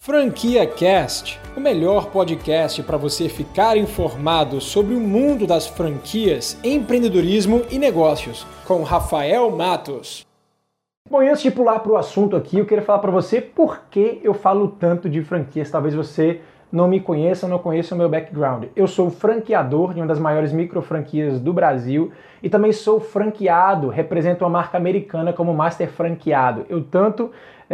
Franquia Cast, o melhor podcast para você ficar informado sobre o mundo das franquias, empreendedorismo e negócios, com Rafael Matos. Bom, e antes de pular para o assunto aqui, eu queria falar para você por que eu falo tanto de franquias. Talvez você não me conheça, não conheça o meu background. Eu sou franqueador de uma das maiores micro franquias do Brasil e também sou franqueado, represento uma marca americana como Master Franqueado. Eu tanto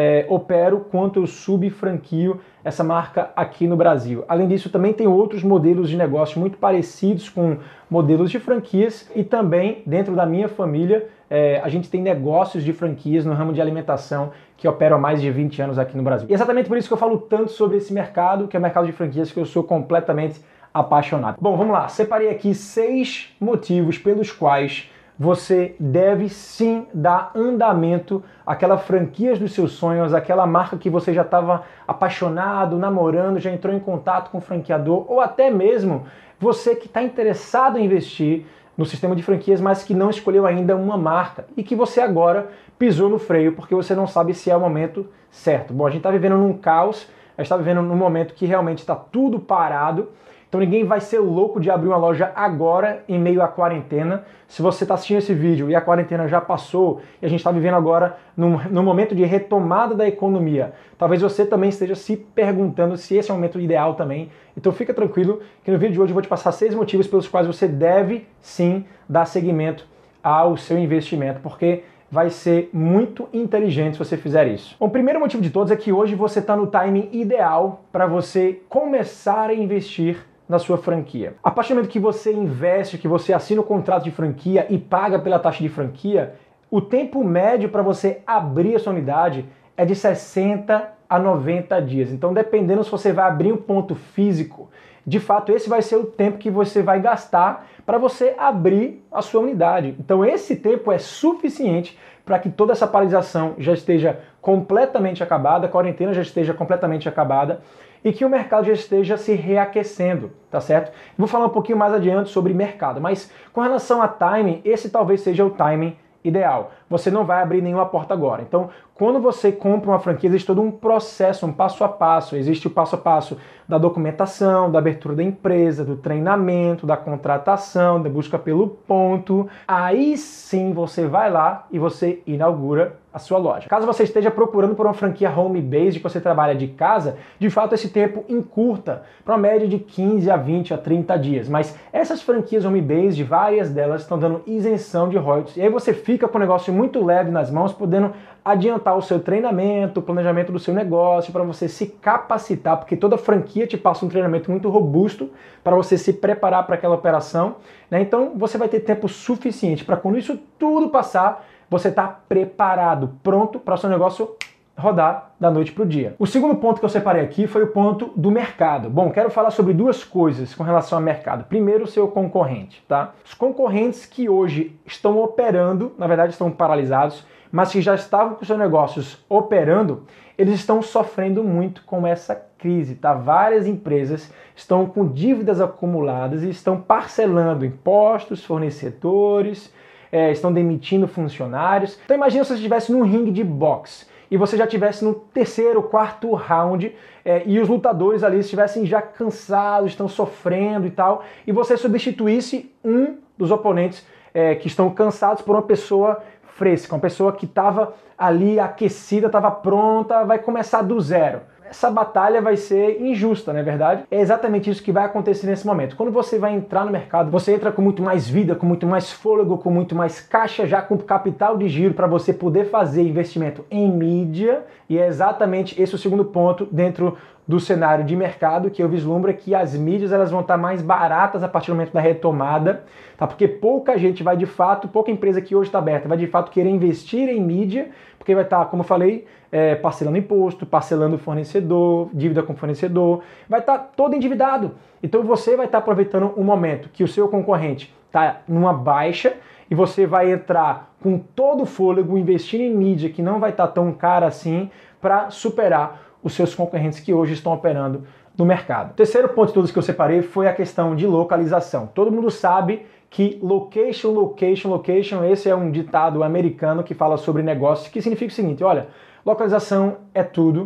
opero quanto eu subfranquio essa marca aqui no Brasil. Além disso, também tem outros modelos de negócio muito parecidos com modelos de franquias e também dentro da minha família a gente tem negócios de franquias no ramo de alimentação que operam há mais de 20 anos aqui no Brasil. E exatamente por isso que eu falo tanto sobre esse mercado, que é o mercado de franquias, que eu sou completamente apaixonado. Bom, vamos lá. Separei aqui 6 motivos pelos quais você deve sim dar andamento àquela franquia dos seus sonhos, aquela marca que você já estava apaixonado, namorando, já entrou em contato com o franqueador, ou até mesmo você que está interessado em investir no sistema de franquias, mas que não escolheu ainda uma marca e que você agora pisou no freio porque você não sabe se é o momento certo. Bom, a gente está vivendo num caos, a gente está vivendo num momento que realmente está tudo parado. Então ninguém vai ser louco de abrir uma loja agora em meio à quarentena. Se você está assistindo esse vídeo e a quarentena já passou e a gente está vivendo agora num momento de retomada da economia, talvez você também esteja se perguntando se esse é o momento ideal também. Então fica tranquilo que no vídeo de hoje eu vou te passar 6 motivos pelos quais você deve sim dar seguimento ao seu investimento, porque vai ser muito inteligente se você fizer isso. Bom, o primeiro motivo de todos é que hoje você está no timing ideal para você começar a investir na sua franquia. A partir do momento que você investe, que você assina o contrato de franquia e paga pela taxa de franquia, o tempo médio para você abrir a sua unidade é de 60 a 90 dias. Então, dependendo se você vai abrir um ponto físico, de fato esse vai ser o tempo que você vai gastar para você abrir a sua unidade. Então, esse tempo é suficiente para que toda essa paralisação já esteja completamente acabada, a quarentena já esteja completamente acabada e que o mercado já esteja se reaquecendo, tá certo? Vou falar um pouquinho mais adiante sobre mercado, mas com relação a timing, esse talvez seja o timing ideal. Você não vai abrir nenhuma porta agora. Então, quando você compra uma franquia, existe todo um processo, um passo a passo. Existe o passo a passo da documentação, da abertura da empresa, do treinamento, da contratação, da busca pelo ponto. Aí sim você vai lá e você inaugura a sua loja. Caso você esteja procurando por uma franquia home-based, que você trabalha de casa, de fato esse tempo encurta para uma média de 15 a 20 a 30 dias. Mas essas franquias home-based, várias delas estão dando isenção de royalties. E aí você fica com um negócio muito leve nas mãos, podendo adiantar o seu treinamento, o planejamento do seu negócio, para você se capacitar, porque toda franquia te passa um treinamento muito robusto para você se preparar para aquela operação, né? Então você vai ter tempo suficiente para quando isso tudo passar, você está preparado, pronto para o seu negócio rodar da noite para o dia. O segundo ponto que eu separei aqui foi o ponto do mercado. Bom, quero falar sobre 2 coisas com relação ao mercado. Primeiro, o seu concorrente, tá? Os concorrentes que hoje estão operando, na verdade estão paralisados, mas que já estavam com seus negócios operando, eles estão sofrendo muito com essa crise, tá? Várias empresas estão com dívidas acumuladas e estão parcelando impostos, fornecedores, estão demitindo funcionários. Então imagina se você estivesse num ringue de boxe e você já estivesse no 3º, 4º round e os lutadores ali estivessem já cansados, estão sofrendo e tal, e você substituísse um dos oponentes que estão cansados por uma pessoa fresca, uma pessoa que estava ali aquecida, estava pronta, vai começar do zero. Essa batalha vai ser injusta, não é verdade? É exatamente isso que vai acontecer nesse momento. Quando você vai entrar no mercado, você entra com muito mais vida, com muito mais fôlego, com muito mais caixa, já com capital de giro para você poder fazer investimento em mídia. E é exatamente esse o segundo ponto dentro do cenário de mercado que eu vislumbro, é que as mídias elas vão estar mais baratas a partir do momento da retomada, tá? Porque pouca gente vai de fato, pouca empresa que hoje está aberta vai de fato querer investir em mídia, porque vai estar, como eu falei, parcelando imposto, parcelando fornecedor, dívida com fornecedor, vai estar todo endividado. Então você vai estar aproveitando um momento que o seu concorrente está numa baixa e você vai entrar com todo o fôlego, investindo em mídia que não vai estar tão cara assim para superar os seus concorrentes que hoje estão operando no mercado. O terceiro ponto de todos que eu separei foi a questão de localização. Todo mundo sabe que location, location, location, esse é um ditado americano que fala sobre negócios, que significa o seguinte, olha, localização é tudo,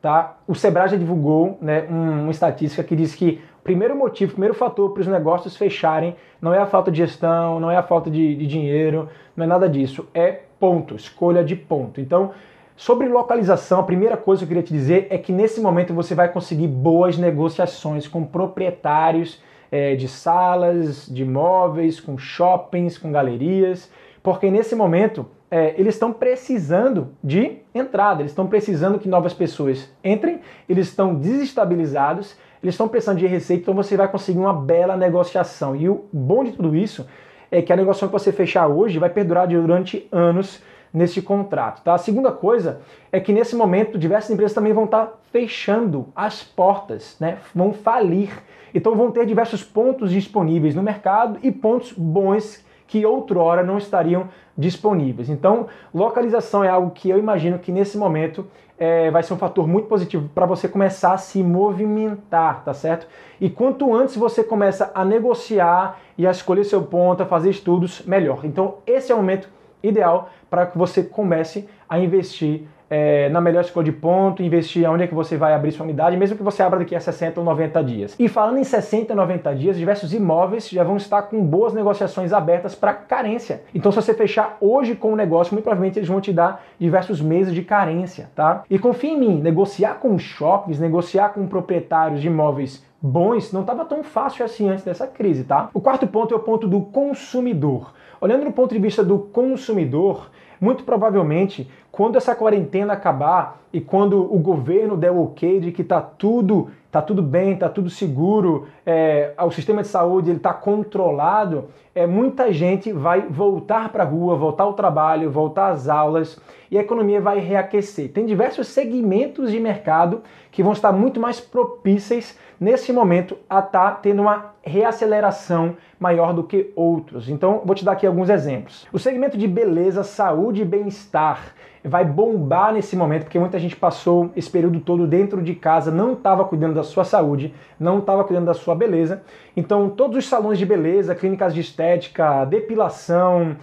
tá? O Sebrae já divulgou, né, uma estatística que diz que o primeiro fator para os negócios fecharem não é a falta de gestão, não é a falta de dinheiro, não é nada disso, é ponto, escolha de ponto. Então, sobre localização, a primeira coisa que eu queria te dizer é que nesse momento você vai conseguir boas negociações com proprietários de salas, de imóveis, com shoppings, com galerias, porque nesse momento eles estão precisando de entrada, eles estão precisando que novas pessoas entrem, eles estão desestabilizados, eles estão precisando de receita, então você vai conseguir uma bela negociação. E o bom de tudo isso é que a negociação que você fechar hoje vai perdurar durante anos nesse contrato, tá? A segunda coisa é que nesse momento diversas empresas também vão estar fechando as portas, né? Vão falir. Então vão ter diversos pontos disponíveis no mercado e pontos bons que outrora não estariam disponíveis. Então, localização é algo que eu imagino que nesse momento vai ser um fator muito positivo para você começar a se movimentar, tá certo? E quanto antes você começa a negociar e a escolher seu ponto, a fazer estudos, melhor. Então, esse é o momento ideal para que você comece a investir na melhor escolha de ponto, investir onde é que você vai abrir sua unidade, mesmo que você abra daqui a 60 ou 90 dias. E falando em 60 ou 90 dias, diversos imóveis já vão estar com boas negociações abertas para carência. Então se você fechar hoje com o negócio, muito provavelmente eles vão te dar diversos meses de carência, tá? E confia em mim, negociar com shoppings, negociar com proprietários de imóveis bons, não estava tão fácil assim antes dessa crise, tá? O quarto ponto é o ponto do consumidor. Olhando do ponto de vista do consumidor, muito provavelmente, quando essa quarentena acabar e quando o governo der o ok de que tá tudo bem, tá tudo seguro, o sistema de saúde está controlado, muita gente vai voltar para a rua, voltar ao trabalho, voltar às aulas e a economia vai reaquecer. Tem diversos segmentos de mercado que vão estar muito mais propíceis nesse momento a estar tendo uma reaceleração maior do que outros. Então, vou te dar aqui alguns exemplos. O segmento de beleza, saúde e bem-estar vai bombar nesse momento, porque muita gente passou esse período todo dentro de casa, não estava cuidando da sua saúde, não estava cuidando da sua beleza. Então, todos os salões de beleza, clínicas de estética, depilação,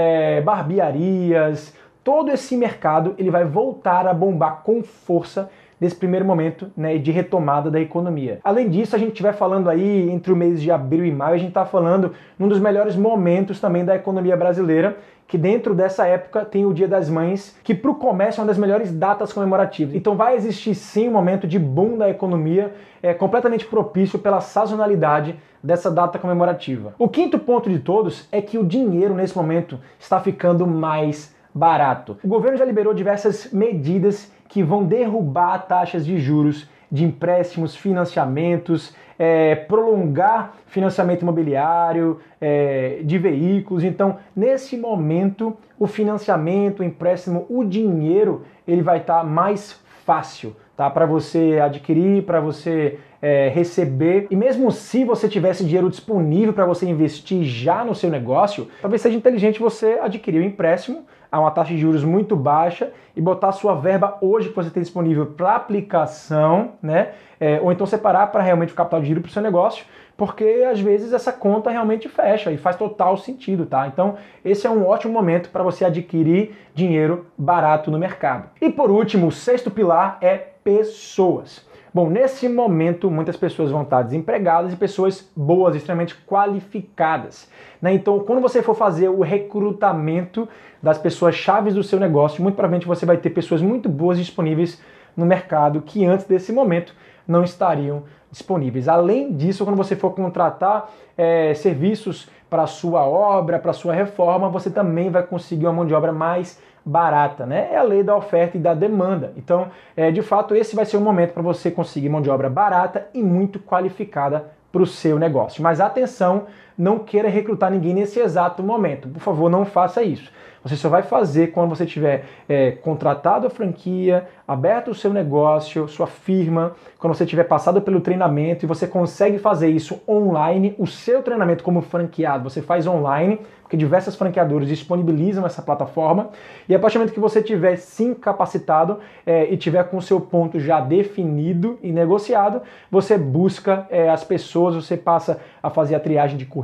barbearias, todo esse mercado ele vai voltar a bombar com força nesse primeiro momento, né, de retomada da economia. Além disso, a gente estiver falando aí entre o mês de abril e maio, a gente está falando num dos melhores momentos também da economia brasileira, que dentro dessa época tem o Dia das Mães, que para o comércio é uma das melhores datas comemorativas. Então vai existir sim um momento de boom da economia, completamente propício pela sazonalidade dessa data comemorativa. O quinto ponto de todos é que o dinheiro nesse momento está ficando mais barato. O governo já liberou diversas medidas que vão derrubar taxas de juros de empréstimos, financiamentos, prolongar financiamento imobiliário, de veículos. Então, nesse momento, o financiamento, o empréstimo, o dinheiro, ele vai estar mais fácil, tá? Para você adquirir, para você receber. E mesmo se você tivesse dinheiro disponível para você investir já no seu negócio, talvez seja inteligente você adquirir um empréstimo a uma taxa de juros muito baixa e botar a sua verba hoje que você tem disponível para aplicação, né? Ou então separar para realmente o capital de giro para o seu negócio, porque às vezes essa conta realmente fecha e faz total sentido, tá? Então esse é um ótimo momento para você adquirir dinheiro barato no mercado. E por último, o sexto pilar é pessoas. Bom, nesse momento muitas pessoas vão estar desempregadas e pessoas boas, extremamente qualificadas, né? Então, quando você for fazer o recrutamento das pessoas chaves do seu negócio, muito provavelmente você vai ter pessoas muito boas disponíveis no mercado que antes desse momento não estariam disponíveis. Além disso, quando você for contratar serviços para a sua obra, para a sua reforma, você também vai conseguir uma mão de obra mais barata, né? É a lei da oferta e da demanda. Então, de fato, esse vai ser o momento para você conseguir mão de obra barata e muito qualificada para o seu negócio. Mas atenção, não queira recrutar ninguém nesse exato momento. Por favor, não faça isso. Você só vai fazer quando você tiver contratado a franquia, aberto o seu negócio, sua firma, quando você tiver passado pelo treinamento e você consegue fazer isso online, o seu treinamento como franqueado você faz online, porque diversas franqueadoras disponibilizam essa plataforma, e a partir do momento que você tiver sim capacitado e tiver com o seu ponto já definido e negociado, você busca as pessoas, você passa a fazer a triagem de currículo,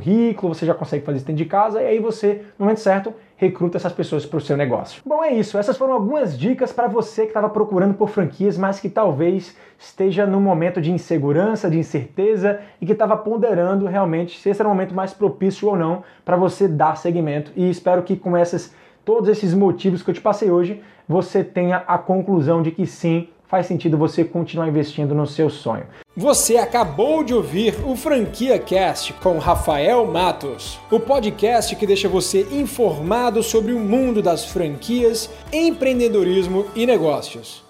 currículo, você já consegue fazer isso dentro de casa, e aí você, no momento certo, recruta essas pessoas para o seu negócio. Bom, é isso. Essas foram algumas dicas para você que estava procurando por franquias, mas que talvez esteja num momento de insegurança, de incerteza e que estava ponderando realmente se esse era o momento mais propício ou não para você dar seguimento. E espero que com todos esses motivos que eu te passei hoje, você tenha a conclusão de que sim, faz sentido você continuar investindo no seu sonho. Você acabou de ouvir o Franquia Cast com Rafael Matos, o podcast que deixa você informado sobre o mundo das franquias, empreendedorismo e negócios.